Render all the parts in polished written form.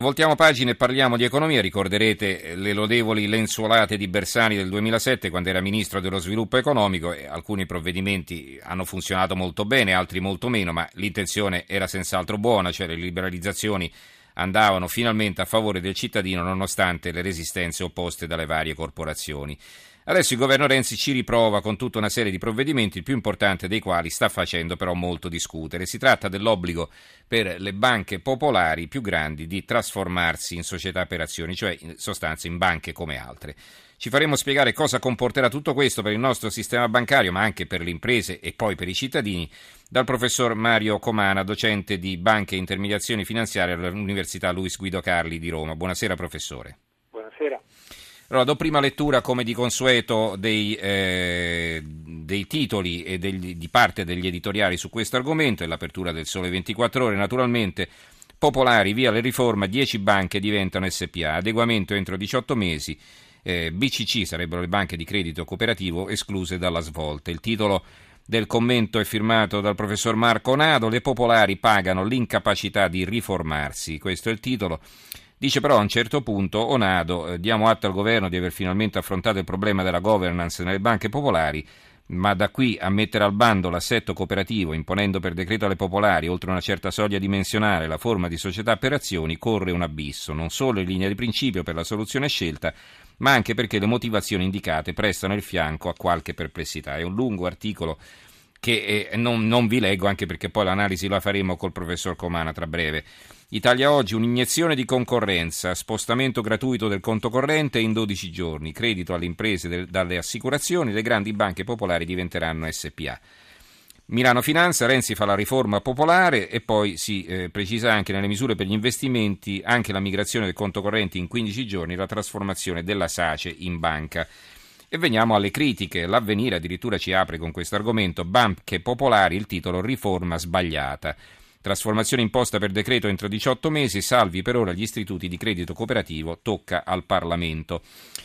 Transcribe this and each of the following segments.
Voltiamo pagina e parliamo di economia. Ricorderete le lodevoli lenzuolate di Bersani del 2007 quando era ministro dello sviluppo economico e alcuni provvedimenti hanno funzionato molto bene, altri molto meno, ma l'intenzione era senz'altro buona, cioè le liberalizzazioni andavano finalmente a favore del cittadino nonostante le resistenze opposte dalle varie corporazioni. Adesso il governo Renzi ci riprova con tutta una serie di provvedimenti, il più importante dei quali sta facendo però molto discutere. Si tratta dell'obbligo per le banche popolari più grandi di trasformarsi in società per azioni, cioè in sostanza in banche come altre. Ci faremo spiegare cosa comporterà tutto questo per il nostro sistema bancario, ma anche per le imprese e poi per i cittadini, dal professor Mario Comana, docente di banche e intermediazioni finanziarie all'Università Luis Guido Carli di Roma. Buonasera professore. Buonasera. Allora, do prima lettura, come di consueto, dei titoli e di parte degli editoriali su questo argomento, e l'apertura del Sole 24 Ore. Naturalmente, popolari, via le riforme, 10 banche diventano SPA, adeguamento entro 18 mesi, BCC, sarebbero le banche di credito cooperativo, escluse dalla svolta. Il titolo del commento è firmato dal professor Marco Nado, le popolari pagano l'incapacità di riformarsi, questo è il titolo. Dice però a un certo punto Onado, diamo atto al governo di aver finalmente affrontato il problema della governance nelle banche popolari, ma da qui a mettere al bando l'assetto cooperativo, imponendo per decreto alle popolari, oltre una certa soglia dimensionale, la forma di società per azioni, corre un abisso, non solo in linea di principio per la soluzione scelta, ma anche perché le motivazioni indicate prestano il fianco a qualche perplessità. È un lungo articolo che non vi leggo, anche perché poi l'analisi la faremo col professor Comana tra breve. Italia Oggi, un'iniezione di concorrenza, spostamento gratuito del conto corrente in 12 giorni, credito alle imprese dalle assicurazioni, le grandi banche popolari diventeranno SPA. Milano Finanza, Renzi fa la riforma popolare e poi si precisa anche nelle misure per gli investimenti anche la migrazione del conto corrente in 15 giorni, la trasformazione della SACE in banca. E veniamo alle critiche. L'Avvenire addirittura ci apre con questo argomento, banche popolari, il titolo riforma sbagliata. Trasformazione imposta per decreto entro 18 mesi, salvi per ora gli istituti di credito cooperativo, tocca al Parlamento.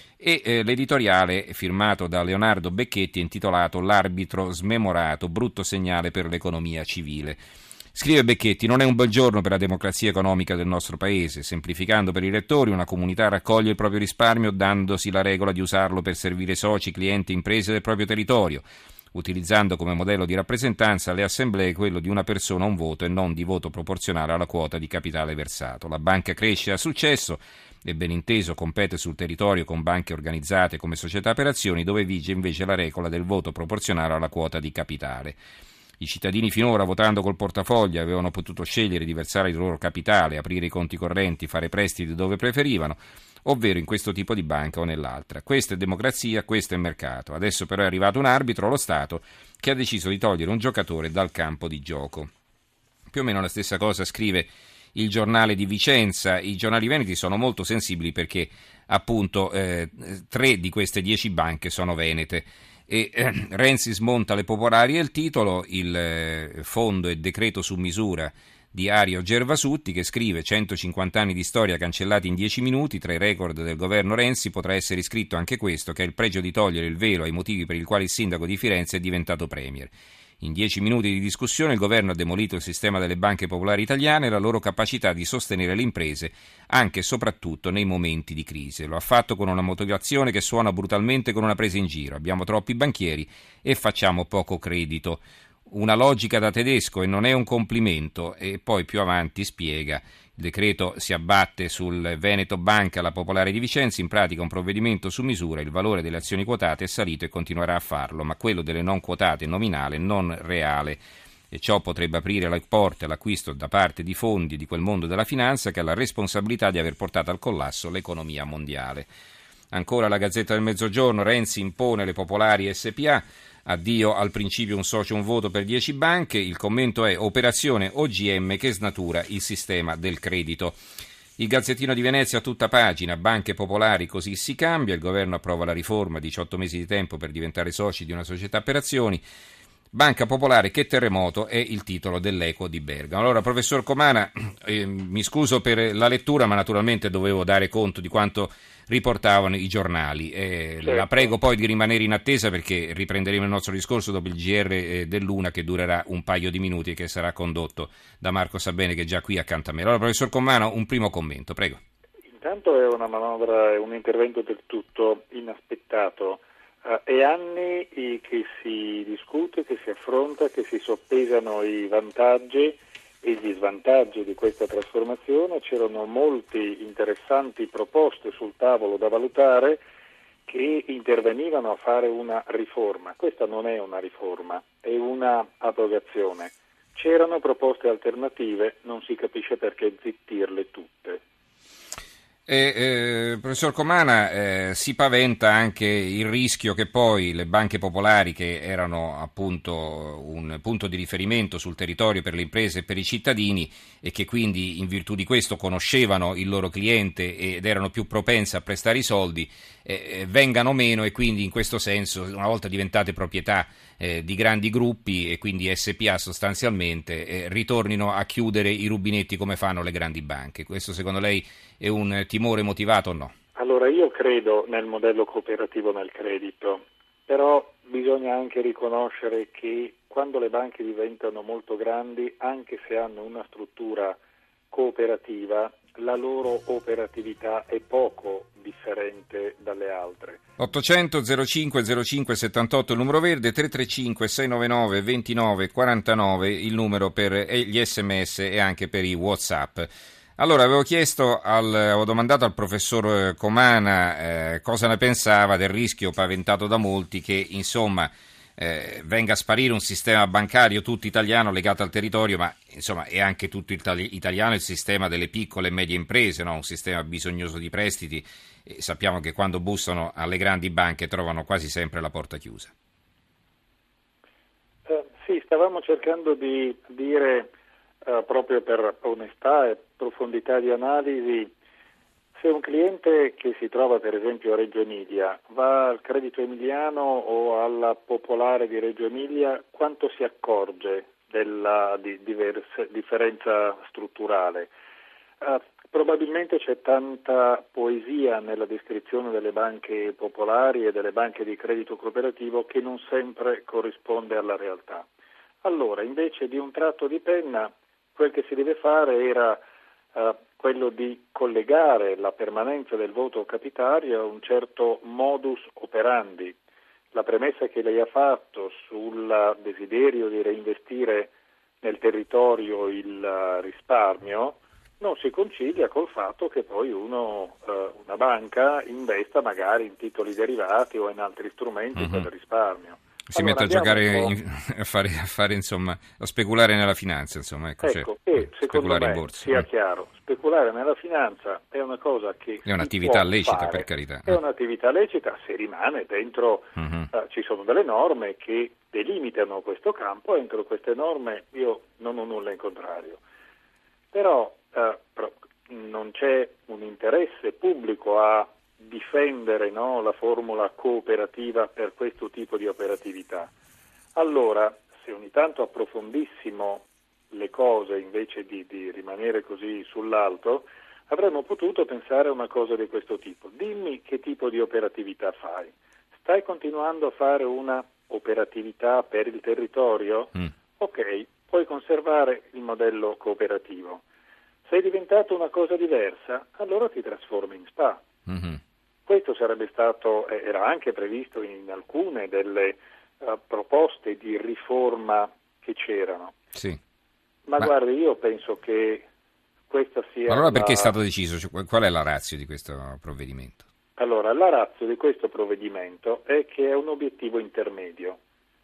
E l'editoriale firmato da Leonardo Becchetti è intitolato L'arbitro smemorato, brutto segnale per l'economia civile. Scrive Becchetti, non è un bel giorno per la democrazia economica del nostro paese. Semplificando per i lettori, una comunità raccoglie il proprio risparmio dandosi la regola di usarlo per servire soci, clienti, imprese del proprio territorio, utilizzando come modello di rappresentanza le assemblee quello di una persona un voto e non di voto proporzionale alla quota di capitale versato. La banca cresce a successo e ben inteso compete sul territorio con banche organizzate come società per azioni dove vige invece la regola del voto proporzionale alla quota di capitale. I cittadini finora, votando col portafoglio, avevano potuto scegliere di versare il loro capitale, aprire i conti correnti, fare prestiti dove preferivano, ovvero in questo tipo di banca o nell'altra. Questa è democrazia, questo è mercato. Adesso però è arrivato un arbitro, lo Stato, che ha deciso di togliere un giocatore dal campo di gioco. Più o meno la stessa cosa scrive il giornale di Vicenza. I giornali veneti sono molto sensibili perché appunto 3 di queste 10 banche sono venete. E Renzi smonta le popolari è il titolo, il fondo e decreto su misura di Ario Gervasutti, che scrive 150 anni di storia cancellati in 10 minuti, tra i record del governo Renzi potrà essere iscritto anche questo, che è il pregio di togliere il velo ai motivi per il quale il sindaco di Firenze è diventato premier. In 10 minuti di discussione il governo ha demolito il sistema delle banche popolari italiane e la loro capacità di sostenere le imprese anche e soprattutto nei momenti di crisi. Lo ha fatto con una motivazione che suona brutalmente con una presa in giro. Abbiamo troppi banchieri e facciamo poco credito. Una logica da tedesco e non è un complimento. E poi più avanti spiega: il decreto si abbatte sul Veneto Banca, la Popolare di Vicenza, in pratica un provvedimento su misura, il valore delle azioni quotate è salito e continuerà a farlo, ma quello delle non quotate è nominale, non reale. E ciò potrebbe aprire le porte all'acquisto da parte di fondi di quel mondo della finanza che ha la responsabilità di aver portato al collasso l'economia mondiale. Ancora la Gazzetta del Mezzogiorno, Renzi impone le popolari SPA, addio al principio un socio un voto per 10 banche, il commento è operazione OGM che snatura il sistema del credito. Il Gazzettino di Venezia a tutta pagina, banche popolari così si cambia, il governo approva la riforma, 18 mesi di tempo per diventare soci di una società per azioni. Banca Popolare, che terremoto, è il titolo dell'Eco di Bergamo. Allora, professor Comana, mi scuso per la lettura, ma naturalmente dovevo dare conto di quanto riportavano i giornali. Certo. La prego poi di rimanere in attesa perché riprenderemo il nostro discorso dopo il GR dell'una che durerà un paio di minuti e che sarà condotto da Marco Sabene che è già qui accanto a me. Allora, professor Commano, un primo commento, prego. Intanto è una manovra, è un intervento del tutto inaspettato. È anni che si discute, che si affronta, che si soppesano i vantaggi e gli svantaggi di questa trasformazione. C'erano molte interessanti proposte sul tavolo da valutare che intervenivano a fare una riforma. Questa non è una riforma, è una abrogazione. C'erano proposte alternative, non si capisce perché zittirle tutte. Professor Comana, si paventa anche il rischio che poi le banche popolari, che erano appunto un punto di riferimento sul territorio per le imprese e per i cittadini e che quindi in virtù di questo conoscevano il loro cliente ed erano più propense a prestare i soldi, vengano meno e quindi in questo senso, una volta diventate proprietà di grandi gruppi e quindi SPA sostanzialmente, ritornino a chiudere i rubinetti come fanno le grandi banche. Questo secondo lei è un timore motivato o no? Allora, io credo nel modello cooperativo nel credito, però bisogna anche riconoscere che quando le banche diventano molto grandi, anche se hanno una struttura cooperativa, la loro operatività è poco differente dalle altre. 800 05 05 78 il numero verde, 335 699 29 49 il numero per gli SMS e anche per i WhatsApp. Allora, avevo domandato al professor Comana cosa ne pensava del rischio paventato da molti che, insomma, venga a sparire un sistema bancario tutto italiano legato al territorio, ma insomma è anche tutto italiano il sistema delle piccole e medie imprese, no? Un sistema bisognoso di prestiti e sappiamo che quando bussano alle grandi banche trovano quasi sempre la porta chiusa. Sì, stavamo cercando di dire, proprio per onestà e profondità di analisi, se un cliente che si trova per esempio a Reggio Emilia va al Credito Emiliano o alla Popolare di Reggio Emilia, quanto si accorge della differenza strutturale? Probabilmente c'è tanta poesia nella descrizione delle banche popolari e delle banche di credito cooperativo che non sempre corrisponde alla realtà. Allora, invece di un tratto di penna, quel che si deve fare era quello di collegare la permanenza del voto capitario a un certo modus operandi. La premessa che lei ha fatto sul desiderio di reinvestire nel territorio il risparmio non si concilia col fatto che poi una banca investa magari in titoli derivati o in altri strumenti per il risparmio. Si mette a giocare, a fare insomma, a speculare nella finanza, insomma, ecco certo, e secondo speculare me, in borsa. sia chiaro, speculare nella finanza è una cosa che è un'attività lecita, fare. Per carità. È un'attività lecita se rimane dentro, ci sono delle norme che delimitano questo campo, entro queste norme io non ho nulla in contrario. Però non c'è un interesse pubblico a difendere, no, la formula cooperativa per questo tipo di operatività. Allora, se ogni tanto approfondissimo le cose invece di rimanere così sull'alto, avremmo potuto pensare a una cosa di questo tipo. Dimmi che tipo di operatività fai. Stai continuando a fare una operatività per il territorio? Ok, puoi conservare il modello cooperativo. Sei diventato una cosa diversa? Allora ti trasformi in SPA. Questo sarebbe stato, era anche previsto in alcune delle proposte di riforma che c'erano. Sì. Ma guardi, io penso che questa sia... Allora perché è stato deciso? Qual è la ratio di questo provvedimento? Allora, la ratio di questo provvedimento è che è un obiettivo intermedio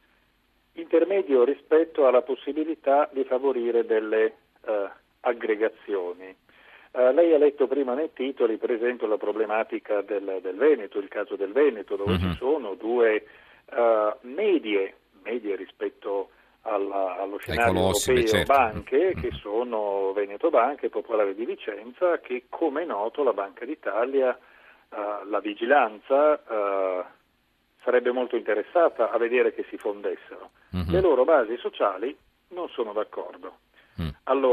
rispetto alla possibilità di favorire delle aggregazioni. Lei ha letto prima nei titoli, per esempio, la problematica del Veneto, il caso del Veneto, dove ci sono due medie rispetto allo scenario europeo, certo. banche che sono Veneto Banca e Popolare di Vicenza, che come è noto la Banca d'Italia, la vigilanza sarebbe molto interessata a vedere che si fondessero. Le loro basi sociali non sono d'accordo. Allora,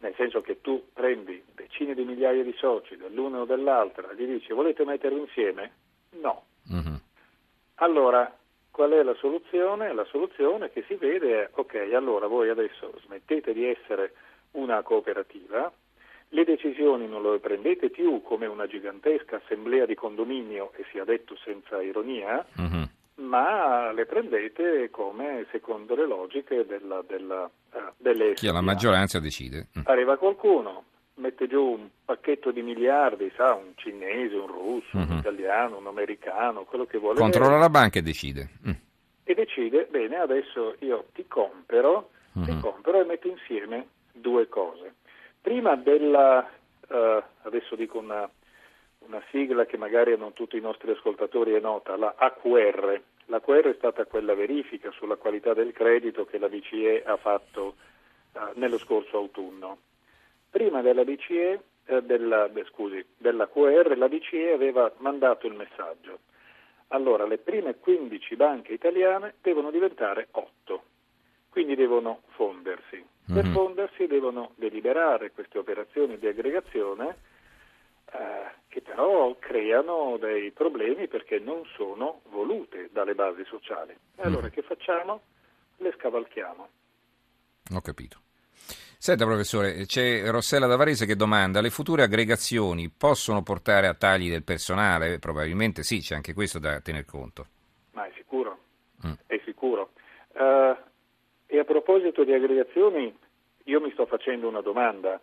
nel senso che tu prendi decine di migliaia di soci dell'una o dell'altra e gli dici volete metterli insieme? No. Mhm. Allora, qual è la soluzione? La soluzione che si vede è, ok, allora voi adesso smettete di essere una cooperativa, le decisioni non le prendete più come una gigantesca assemblea di condominio, e sia detto senza ironia, Mhm. ma le prendete come secondo le logiche delle Chi ha la SpA. maggioranza decide. Arriva qualcuno, mette giù un pacchetto di miliardi, sa, un cinese, un russo, un italiano, un americano, quello che vuole, Controlla la banca e decide. e decide, bene, adesso io ti compro e metto insieme due cose. Prima adesso dico una sigla che magari a non tutti i nostri ascoltatori è nota, la AQR. L'AQR è stata quella verifica sulla qualità del credito che la BCE ha fatto nello scorso autunno. Prima della BCE, dell'AQR, la BCE aveva mandato il messaggio. Allora, le prime 15 banche italiane devono diventare 8, quindi devono fondersi. Per fondersi devono deliberare queste operazioni di aggregazione che però creano dei problemi perché non sono volute dalle basi sociali. E allora che facciamo? Le scavalchiamo. Ho capito. Senta professore, c'è Rossella da Varese che domanda: le future aggregazioni possono portare a tagli del personale? Probabilmente sì, c'è anche questo da tener conto. Ma è sicuro, è sicuro. E a proposito di aggregazioni, io mi sto facendo una domanda.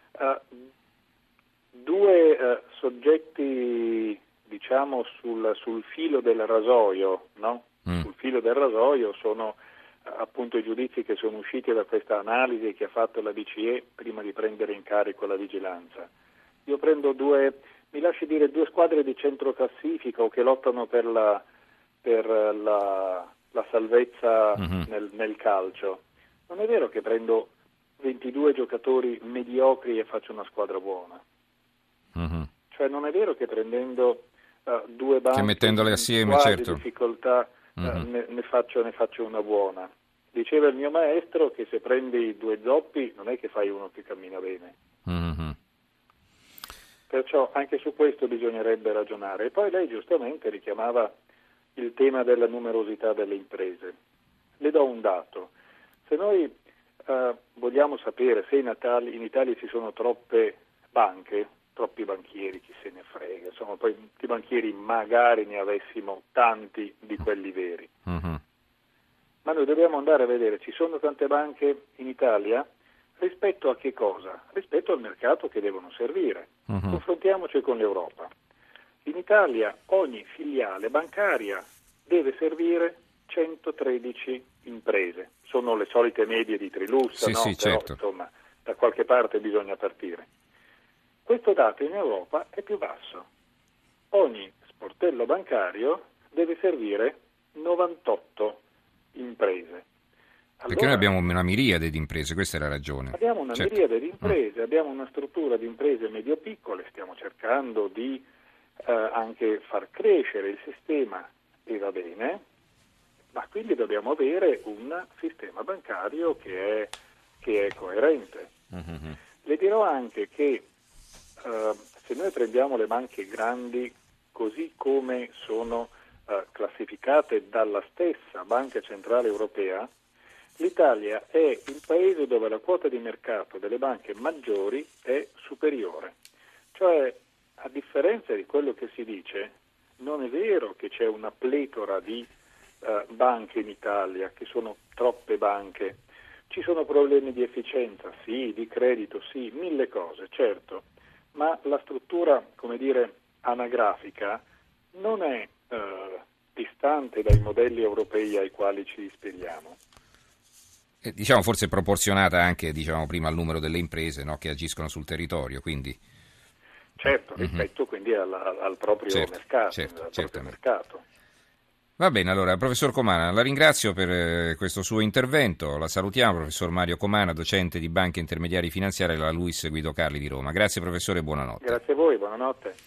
Due soggetti, diciamo, sul filo del rasoio, no? Sul filo del rasoio sono appunto i giudizi che sono usciti da questa analisi che ha fatto la BCE prima di prendere in carico la vigilanza. Io prendo mi lasci dire, due squadre di centroclassifica o che lottano per la salvezza nel calcio. Non è vero che prendo 22 giocatori mediocri e faccio una squadra buona. Cioè non è vero che prendendo due banche che mettendole assieme, certo, difficoltà ne faccio una buona. Diceva il mio maestro che se prendi due zoppi non è che fai uno che cammina bene. Perciò anche su questo bisognerebbe ragionare. E poi lei giustamente richiamava il tema della numerosità delle imprese. Le do un dato. Se noi vogliamo sapere se in Italia ci sono troppe banche, troppi banchieri, chi se ne frega, insomma, poi i banchieri magari ne avessimo tanti di quelli veri. Ma noi dobbiamo andare a vedere, ci sono tante banche in Italia? Rispetto a che cosa? Rispetto al mercato che devono servire. Confrontiamoci con l'Europa. In Italia ogni filiale bancaria deve servire 113 imprese. Sono le solite medie di Trilussa, sì, no? Sì, Però, certo. insomma, da qualche parte bisogna partire. Questo dato in Europa è più basso. Ogni sportello bancario deve servire 98 imprese. Perché noi abbiamo una miriade di imprese, questa è la ragione. Abbiamo una miriade di imprese, abbiamo una struttura di imprese medio-piccole, stiamo cercando di anche far crescere il sistema e va bene, ma quindi dobbiamo avere un sistema bancario che è coerente. Le dirò anche che se noi prendiamo le banche grandi così come sono classificate dalla stessa Banca Centrale Europea, l'Italia è il paese dove la quota di mercato delle banche maggiori è superiore. Cioè, a differenza di quello che si dice, non è vero che c'è una pletora di banche in Italia, che sono troppe banche. Ci sono problemi di efficienza, sì, di credito, sì, mille cose, certo, ma la struttura, come dire, anagrafica non è distante dai modelli europei ai quali ci ispiriamo. Diciamo forse proporzionata anche, diciamo prima, al numero delle imprese, no, che agiscono sul territorio, quindi... Certo, rispetto quindi al proprio mercato. Certo. Mercato. Va bene, allora, professor Comana, la ringrazio per questo suo intervento, la salutiamo, professor Mario Comana, docente di Banche Intermediari Finanziarie alla Luis Guido Carli di Roma. Grazie professore, buonanotte. Grazie a voi, buonanotte.